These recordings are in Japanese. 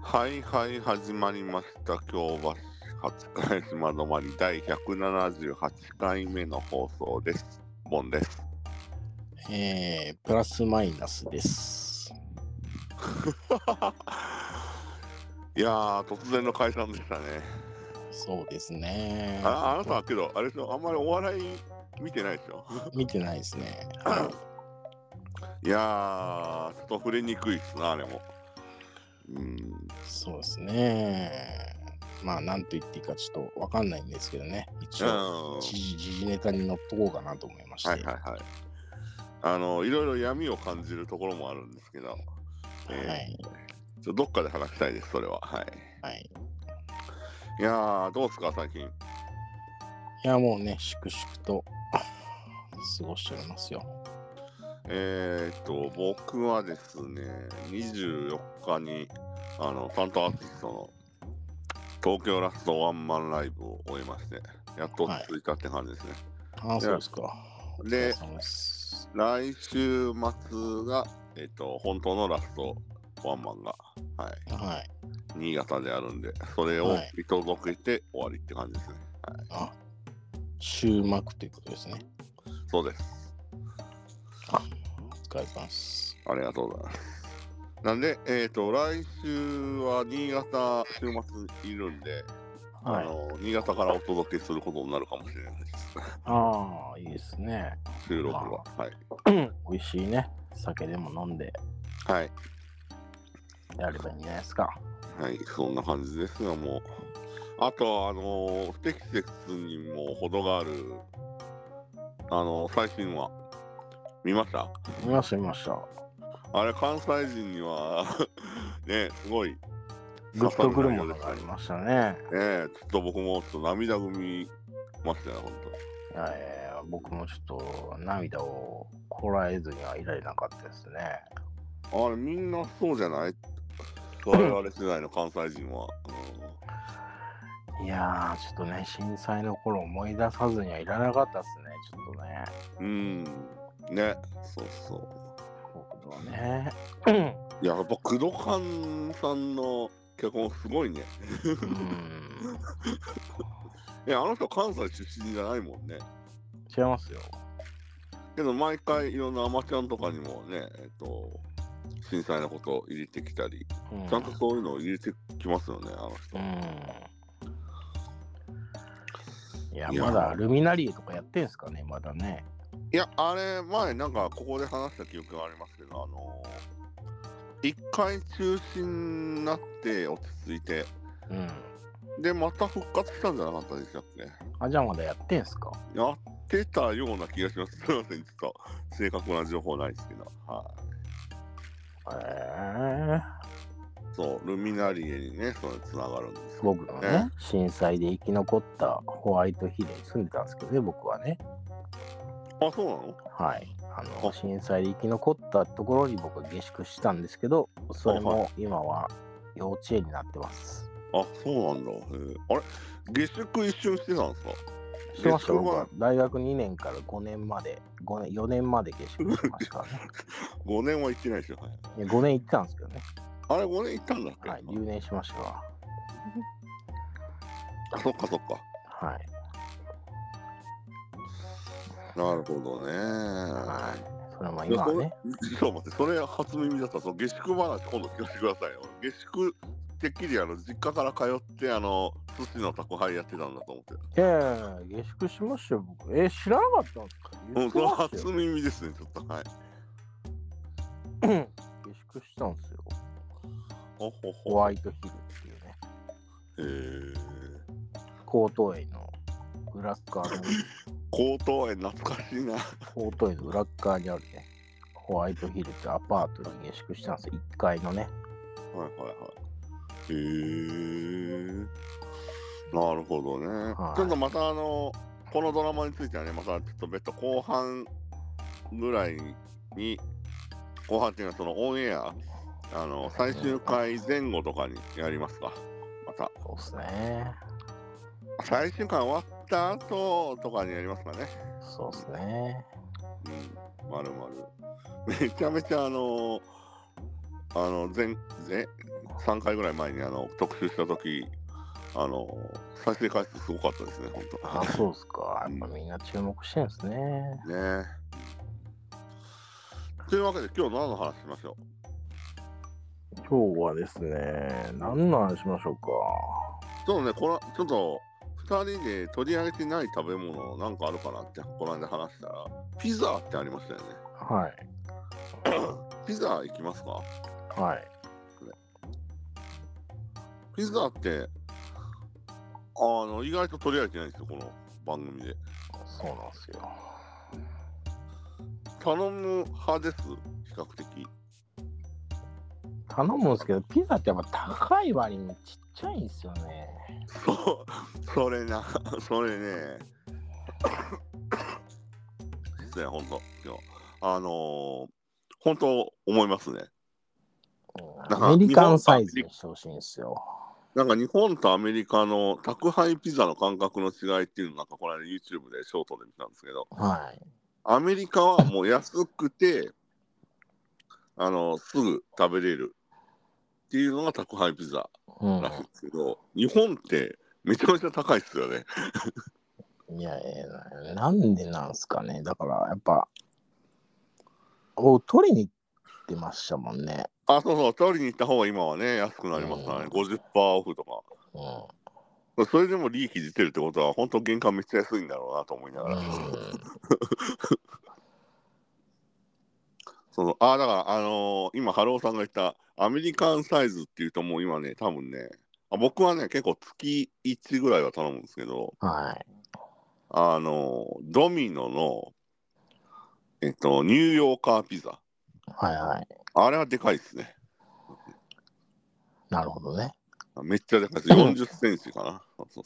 はいはい、始まりました。京橋8回島止まり第178回目の放送です。ボンです。 プラスマイナスです。 いやー、突然の解散でしたね。 そうですね。 あなたはけど、あれでしょ、あんまりお笑い見てないでしょ。 見てないですね。 いやー、ちょっと触れにくいっすな、あれも。 そうですね。まあ、なんと言っていいかちょっとわかんないんですけどね。一応、時事ネタに乗っとこうかなと思いまして。 はいはいはい。いろいろ闇を感じるところもあるんですけど、どっかで話したいです、それは。はい。いやー、どうですか、最近。 いや、もうね、粛々と過ごしておりますよ。 僕はですね、24日に担当アーティストの東京ラストワンマンライブを終えまして、やっと落ち着いたって感じですね。 そうですか。 で、来週末が、本当のラストワンマンが、新潟であるんで、それを見届けて終わりって感じですね。 終幕ということですね。 そうです。 お疲れ様です。 ありがとうございます。なんで、来週は新潟週末にいるんで、新潟からお届けすることになるかもしれないです。 いいですね。 収録は。 美味しいね、酒でも飲んで、やればいいんじゃないですか。 はい、そんな感じですが、もう。あと、不適切にも程がある、最新話、見ました？ 見ました。 あれ、関西人には、ね、すごい、 グッとくるものがありましたね。 ちょっと僕もちょっと涙ぐみましたよ、本当。僕もちょっと涙をこらえずにはいられなかったですね。 あれ、みんなそうじゃない？我々世代の関西人は。 いやー、ちょっとね、震災の頃思い出さずにはいらなかったですね、ちょっとね。 ね、そうそう。 僕はね。 いや、やっぱ工藤勘さんの脚本すごいね。いや、あの人関西出身じゃないもんね。 違いますよ。 けど毎回いろんなアマちゃんとかにもね、震災のことを入れてきたり、ちゃんとそういうのを入れてきますよね、あの人。 いや、まだルミナリーとかやってんすかね、まだね。 いや、あれ、前なんかここで話した記憶がありますけど、一回中止になって落ち着いて、で、また復活したんじゃなかったでしたっけ？ じゃあまだやってんすか？ やってたような気がします。すいません、ちょっと正確な情報ないですけど。そう、ルミナリエにね、それつながるんですよ、 僕のね、震災で生き残ったホワイトヒルに住んでたんですけどね、僕はね。 あ、そうなの？ はい。震災で生き残ったところに僕は下宿したんですけど、それも今は幼稚園になってます。 あ、そうなんだ。あれ、下宿一瞬してたんですか？ してました。僕は大学2年から5年まで、4年まで下宿してましたからね。 5年は行ってないでしょ。 5年行ってたんですけどね。 あれ、5年行ったんだっけ？ はい、留年しましたわ。 あ、そっかそっか。 はい。 なるほどね。 それも今はね。 ちょっと待って、それ初耳だった。下宿話、今度聞かせてくださいよ。下宿てっきり実家から通って寿司の宅配やってたんだと思って。 下宿しましたよ、僕。知らなかったんですか？ それは初耳ですね、ちょっと。はい。 下宿したんですよ。ホワイトヒルっていうね。江東園の裏側の。 江東園懐かしいな。 江東園の裏側にあるね、ホワイトヒルってアパートに下宿したんですよ、1階のね。 なるほどね。ちょっとまたこのドラマについてはね、またちょっと別途後半ぐらいに、後半っていうのはそのオンエア、最終回前後とかにやりますか、また。 そうですね。 最終回終わった後とかにやりますかね。 そうですね。 まるまる。めちゃめちゃ 3回ぐらい前に特集した時再生回数すごかったですね、本当。 あ、そうですか。やっぱみんな注目してるんですね。 ね。というわけで今日何の話しましょう。 今日はですね、何の話しましょうか。 そうね、ちょっと2人で取り上げてない食べ物なんかあるかなってこの間話したら、ピザってありましたよね。 はい。 ピザ行きますか？ はい。 ピザって意外と取り上げてないんですよ、この番組で。 そうなんですよ。 頼む派です、比較的。 頼むんですけど、ピザってやっぱ高い割にちっちゃいんですよね。 それね。失礼、ほんと。本当思いますね。 アメリカンサイズにしてほしいんですよ。 なんか日本とアメリカの宅配ピザの感覚の違いっていうのをこの間 YouTube でショートで見たんですけど、 はい。 アメリカはもう安くてすぐ食べれるっていうのが宅配ピザらしいんですけど、日本ってめちゃめちゃ高いっすよね。 いやなんでなんすかね。だからやっぱ取りに行ってましたもんね。 そう取りに行った方が今はね安くなりますからね、50% オフとか。それでも利益出てるってことは本当原価めっちゃ安いんだろうなと思いながら。だから今ハローさんが言ったアメリカンサイズっていうともう今ね多分ね、僕はね結構月1ぐらいは頼むんですけど、 はい。 ドミノのニューヨーカーピザ。 はいはい。 あれはでかいですね。 なるほどね。 めっちゃでかいです。40センチかな。そう。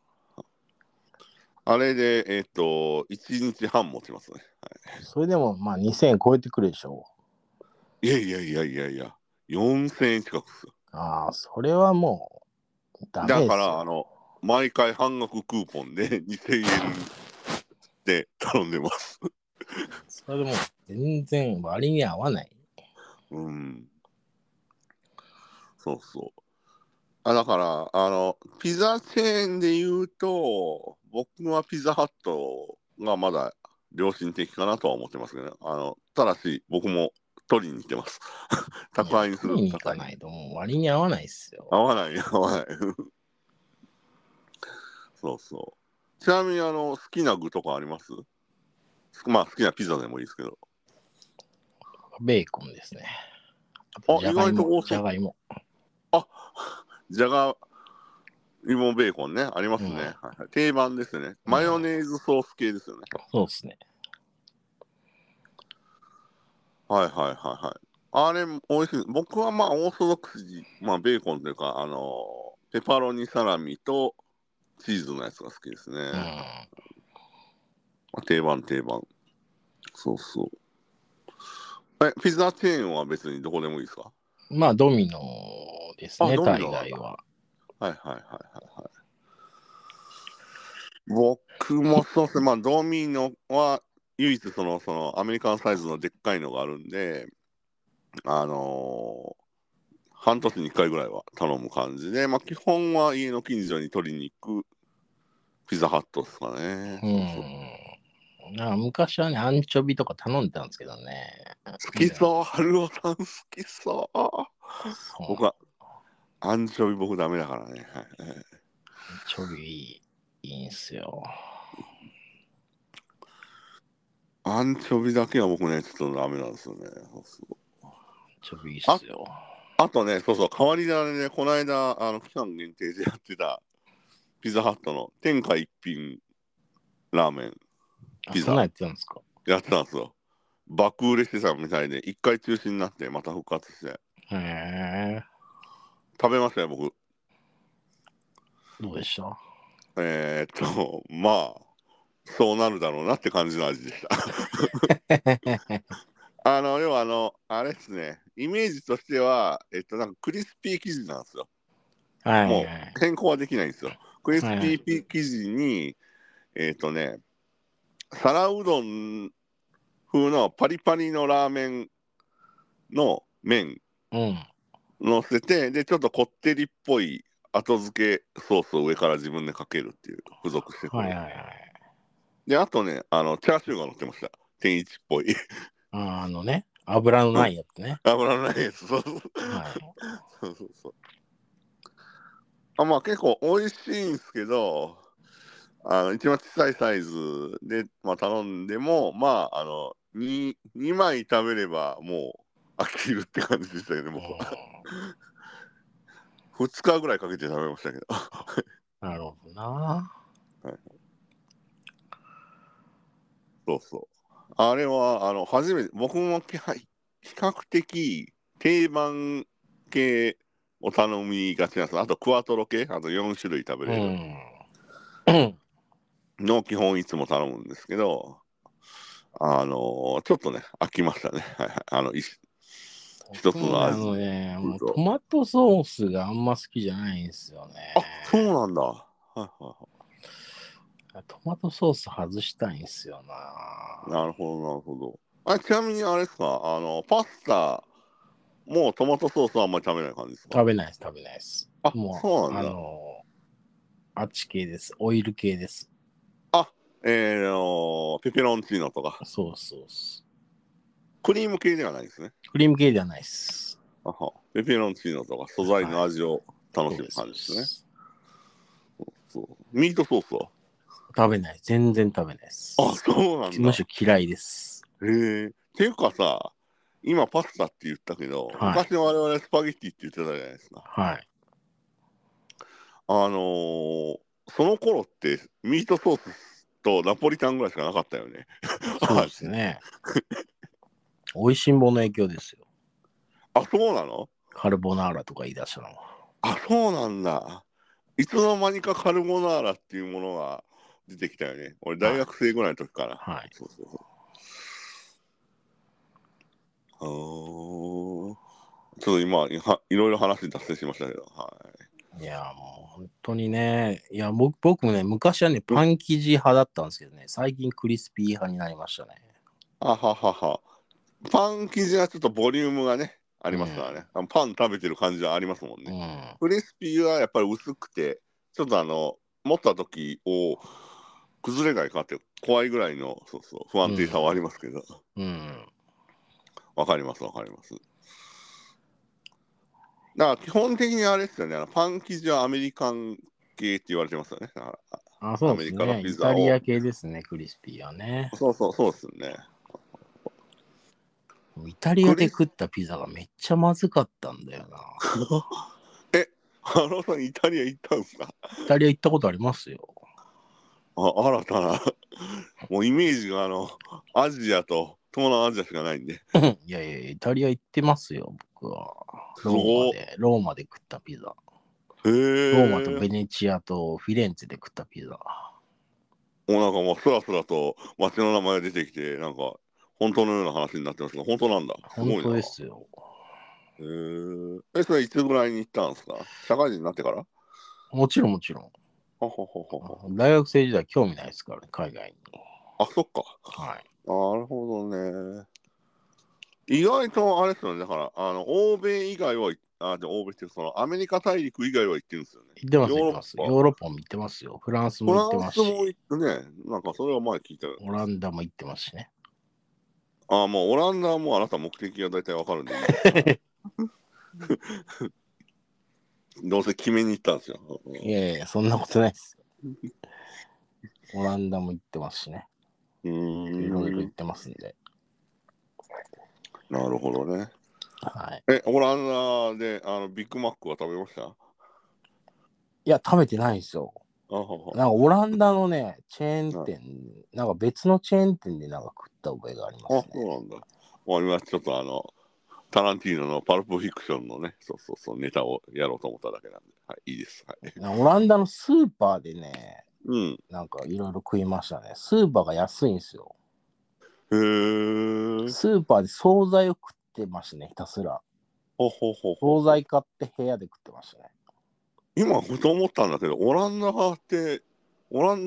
あれで、1日半持ちますね。 はい、それでも、まあ、2000円超えてくるでしょう。いや、4000円近くです。 ああ、それはもう、ダメですよ。 だから、毎回半額クーポンで2000円で頼んでます。 それでもう、全然割に合わない。 そう。だから、ピザチェーンで言うと、僕はピザハットがまだ良心的かなとは思ってますけどね。ただし、僕も取りに行ってます。宅配にする。 取りに行かないともう割に合わないっすよ。 合わない。そう。ちなみに好きな具とかあります？まあ好きなピザでもいいですけど。 ベーコンですね。 意外とじゃがいも。 じゃがいもベーコンね、ありますね。定番ですね。マヨネーズソース系ですよね。 そうですね。 はい。あれ美味しい。僕はまあオーソドックスに、まあベーコンというかペパロニサラミとチーズのやつが好きですね。定番。そう。ピザチェーンは別にどこでもいいですか？ まあドミノですね、大概は。 はい。僕もそうですね。まあドミノは唯一そのアメリカンサイズのでっかいのがあるんで、半年に1回ぐらいは頼む感じで、まあ基本は家の近所に取りに行くピザハットですかね。 昔はね、アンチョビとか頼んでたんですけどね。 好きそう、春尾さん好きそう。僕はアンチョビ僕ダメだからね。アンチョビいいんすよ。 アンチョビだけは僕ね、ちょっとダメなんですよね。アンチョビいいっすよ。 あとね、そう、変わり種でね、この間、期間限定でやってたピザハットの天下一品ラーメンピザ。 そんなやってたんですか？ やってたんですよ。爆売れしてたみたいで、一回中止になってまた復活して。食べましたよ、僕。 どうでした？ まあ、そうなるだろうなって感じの味でした。要はあれですね、イメージとしては、なんかクリスピー生地なんですよ。もう変更はできないんですよ。クリスピー生地に、皿うどん風のパリパリのラーメンの麺乗せて、で、ちょっとこってりっぽい後付けソースを上から自分でかけるっていう、付属してくる。で、あとね、チャーシューが乗ってました。天一っぽい。 ね、油のないやつね。 油のないやつ、そうそう。はい。そうそうそう。まあ結構美味しいんですけど、一番小さいサイズで、頼んでも、2枚食べればもう飽きるって感じでしたけど、僕は。2日ぐらいかけて食べましたけど。 なるほどな。はい、 そうそう。あれは、初めて、僕も比較的定番系を頼みがちなんです。あと、クワトロ系、あと4種類食べれる。の基本いつも頼むんですけど、ちょっとね、飽きましたね。一つの味。 もうトマトソースがあんま好きじゃないんですよね。 あ、そうなんだ。はいはいはい。 トマトソース外したいんですよな。なるほど、なるほど。ちなみにあれですか、パスタもトマトソースはあんまり食べない感じですか？ 食べないです、食べないです。 あ、もうそうなんだ。 あっち系です。オイル系です。 あ、ペペロンチーノとか。 そうそう。 クリーム系ではないですね。 クリーム系ではないです。 ペペロンチーノとか素材の味を楽しむ感じですね。ミートソースは食べない。全然食べないです。 あ、そうなんだ。 むしろ嫌いです。 へえ。っていうかさ、今パスタって言ったけど、昔我々スパゲッティって言ってたじゃないですか。 はい。 その頃ってミートソースとナポリタンぐらいしかなかったよね。 そうですね。美味しんぼの影響ですよ。 あ、そうなの？ カルボナーラとか言い出したのは。 あ、そうなんだ。いつの間にかカルボナーラっていうものが出てきたよね。俺大学生ぐらいの時から。はい。そうそうそう。ちょっと今いろいろ話脱線しましたけど。はい。 いや、もう本当にね。いや、僕もね、昔はね、パン生地派だったんですけどね、最近クリスピー派になりましたね。 ははは。パン生地はちょっとボリュームがね、ありますからね。パン食べてる感じはありますもんね。クリスピーはやっぱり薄くて、ちょっと持った時を崩れないかって怖いぐらいの、そうそう、不安定さはありますけど。わかります、わかります。だから基本的にあれですよね、パン生地はアメリカン系って言われてますよね。 そうですね。イタリア系ですね、クリスピーはね。 そうですね。 イタリアで食ったピザがめっちゃまずかったんだよな。 ハローさん、イタリア行ったんですか？ イタリア行ったことありますよ。 新たな、もうイメージがアジアと東南アジアしかないんで。 いやいや、イタリア行ってますよ、僕は。ローマで食ったピザ。ローマとベネチアとフィレンツェで食ったピザ。 なんかもうスラスラと街の名前が出てきて、なんか本当のような話になってますが、本当なんだ。すごいな。 本当ですよ。 それいつぐらいに行ったんですか？社会人になってから？ もちろんもちろん。大学生時代興味ないですからね、海外に。 あ、そっか。 はい。 なるほどね。意外とあれですよね。だから、欧米以外は、欧米ってそのアメリカ大陸以外は行ってるんですよね。 行ってます、行ってます。ヨーロッパも行ってますよ。フランスも行ってますし。 フランスも行ってね、なんかそれは前聞いたよ。 オランダも行ってますしね。 もうオランダはもうあなた目的が大体わかるんでいい。どうせ決めに行ったんですよ。 いやいや、そんなことないです。オランダも行ってますしね。いろいろ行ってますんで。 なるほどね。 はい。 オランダでビッグマックは食べました？ いや、食べてないんですよ。なんかオランダのね、チェーン店、なんか別のチェーン店でなんか食った覚えがありますね。 そうなんだ。今ちょっとタランティーノのパルプフィクションのね、そうネタをやろうと思っただけなんで、はい、いいです。はい、 オランダのスーパーでね、なんかいろいろ食いましたね。スーパーが安いんですよ。スーパーで惣菜を食ってましたね、ひたすら。惣菜買って部屋で食ってましたね。 今、ふと思ったんだけど、オランダ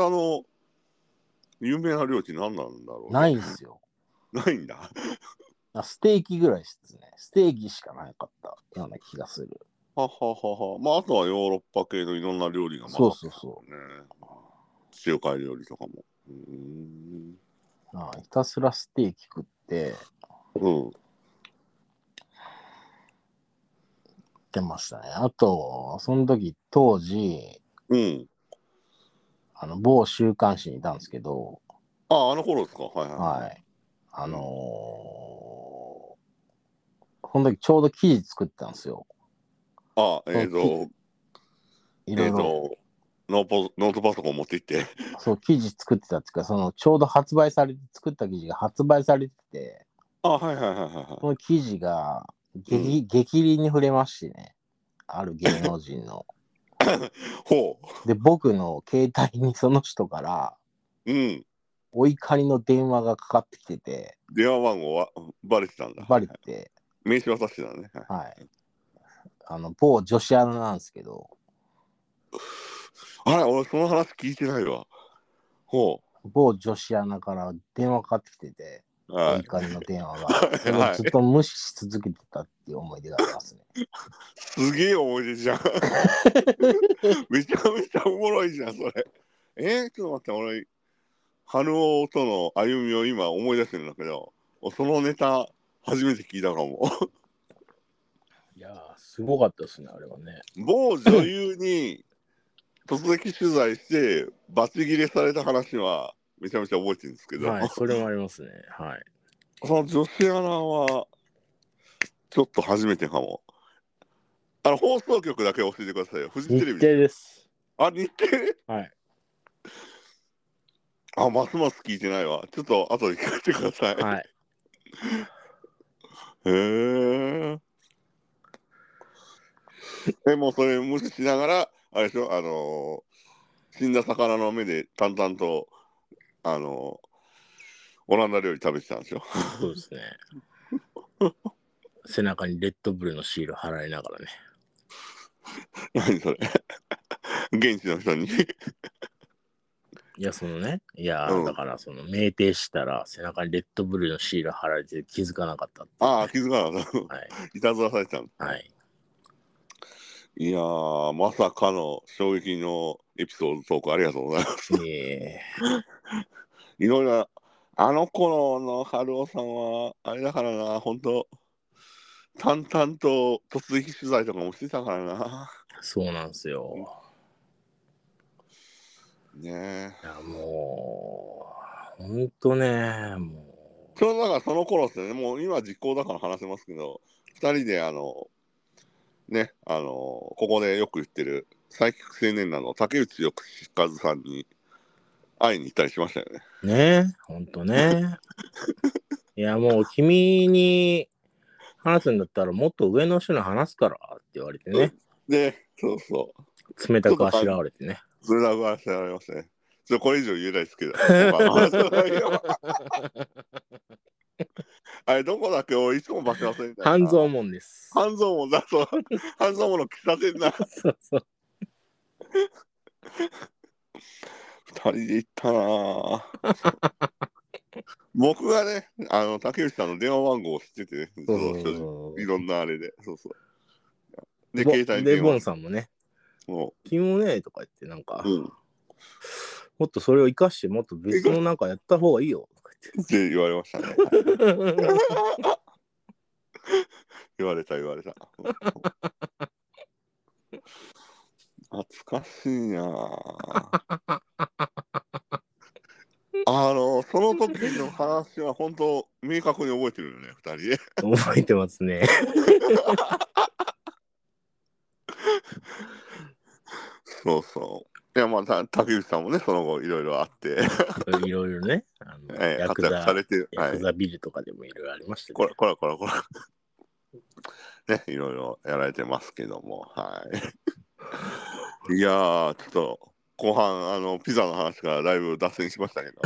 の有名な料理何なんだろうね。 ないんですよ。 ないんだ。 ステーキぐらいですね。ステーキしかなかったような気がする。 はははは。まあ、あとはヨーロッパ系のいろんな料理が混ざってた、ね。そう。中華料理とかも。 ひたすらステーキ食って、ってましたね。あと、その時、当時、某週刊誌にいたんですけど、 あの頃ですか。 はい。その時ちょうど記事作ってたんですよ。いろいろ。 ノートパソコン持って行って。 そう、記事作ってたっていうか、ちょうど発売されて、作った記事が発売されてて、その記事が激励に触れましてね。ある芸能人の。で、僕の携帯にその人から、お怒りの電話がかかってきてて。 電話番号はバレてたんだ。 バレて。 名刺渡してたね。 はい。某女子アナなんですけど。 あれ、俺その話聞いてないわ。 某女子アナから電話かかってきてて、お怒りの電話が。ずっと無視し続けてたっていう思い出がありますね。 すげえ思い出じゃん。めちゃめちゃおもろいじゃん、それ。ちょっと待って、俺、春尾との歩みを今思い出してるんだけど、そのネタ初めて聞いたかも。 いやー、すごかったですね、あれはね。 某女優に突撃取材してバチ切れされた話はめちゃめちゃ覚えてるんですけど、 はい、それもありますね。はい。 その女子アナはちょっと初めてかも。放送局だけ教えてくださいよ。フジテレビ。 日テレです。 日テレ？はい。ますます聞いてないわ。ちょっと後で聞かせてください。はい。へえ。もうそれ無視しながら、あれでしょ、死んだ魚の目で淡々と、オランダ料理食べてたんですよ。 そうですね。背中にレッドブルのシール貼られながらね。 何それ。現地の人に。 いや、だから酩酊したら背中にレッドブルのシール貼られて気づかなかったって、 ね。気づかなかった。はい。いたずらされてたんです。はい。いやー、まさかの衝撃のエピソードトークありがとうございます。いろいろ、あの頃の春尾さんは、あれだからな、本当淡々と突撃取材とかもしてたからな。 そうなんですよ。 ねえ。 いや、もう、ほんとね、もう。ちょうどだからその頃ですね、もう今実行だから話せますけど、2人でね、ここでよく言ってる、サイキック青年団の竹内義和さんに会いに行ったりしましたよね。 ねえ、ほんとね。いや、もう君に話すんだったらもっと上の人に話すからって言われてね。 そうそう。 冷たくあしらわれてね。 冷たくあしらわれましたね。これ以上言えないですけど。あれどこだっけ？俺いつも場所忘れてた。 半蔵門です。 半蔵門だそう。半蔵門の喫茶店だ。 そうそう。 2人で行ったな僕がね、竹内さんの電話番号を知ってて、ね、いろんなあれで、そうそう。で、携帯で、ボンさんもね、君もね、とか言って、なんか、もっとそれを生かして、もっと別のなんかやった方がいいよ、とか言って。って言われましたね。言われた。懐かしいなその時の話は本当明確に覚えてるよね、2人で。 覚えてますね。 そうそう。いや、まあ、竹内さんもね、その後いろいろあって。 いろいろね、 活躍されて、 ヤクザビルとかでもいろいろありましたね。こら。ね、いろいろやられてますけども、はい。いやー、ちょっと後半ピザの話からだいぶ脱線しましたけど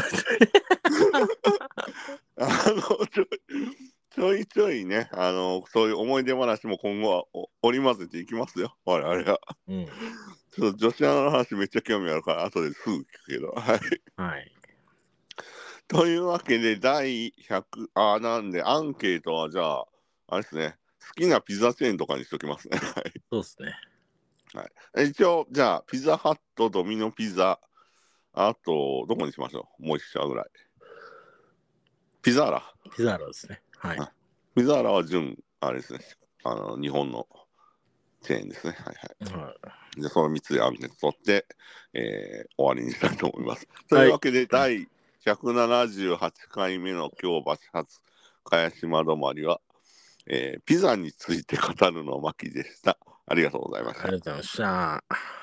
ちょいちょいねそういう思い出話も今後は織り交ぜていきますよ、我々は。ちょっと女子アナの話めっちゃ興味あるから後ですぐ聞くけど、はい。 というわけで、第100、なんで、アンケートはじゃあ、あれですね、好きなピザチェーンとかにしときますね。 そうですね。 はい、一応、じゃあ、ピザハット、ドミノピザ、あと、どこにしましょう、もう一社ぐらい。ピザーラ。 ピザーラですね。はい。 ピザーラはあれですね、日本のチェーンですね。はいはい。はい、で、その3つでアンケート取って、終わりにしたいと思います。というわけで、第178回目の京橋発茅島止まりは、ピザについて語るの巻でした。ありがとうございました。 ありがとうございました。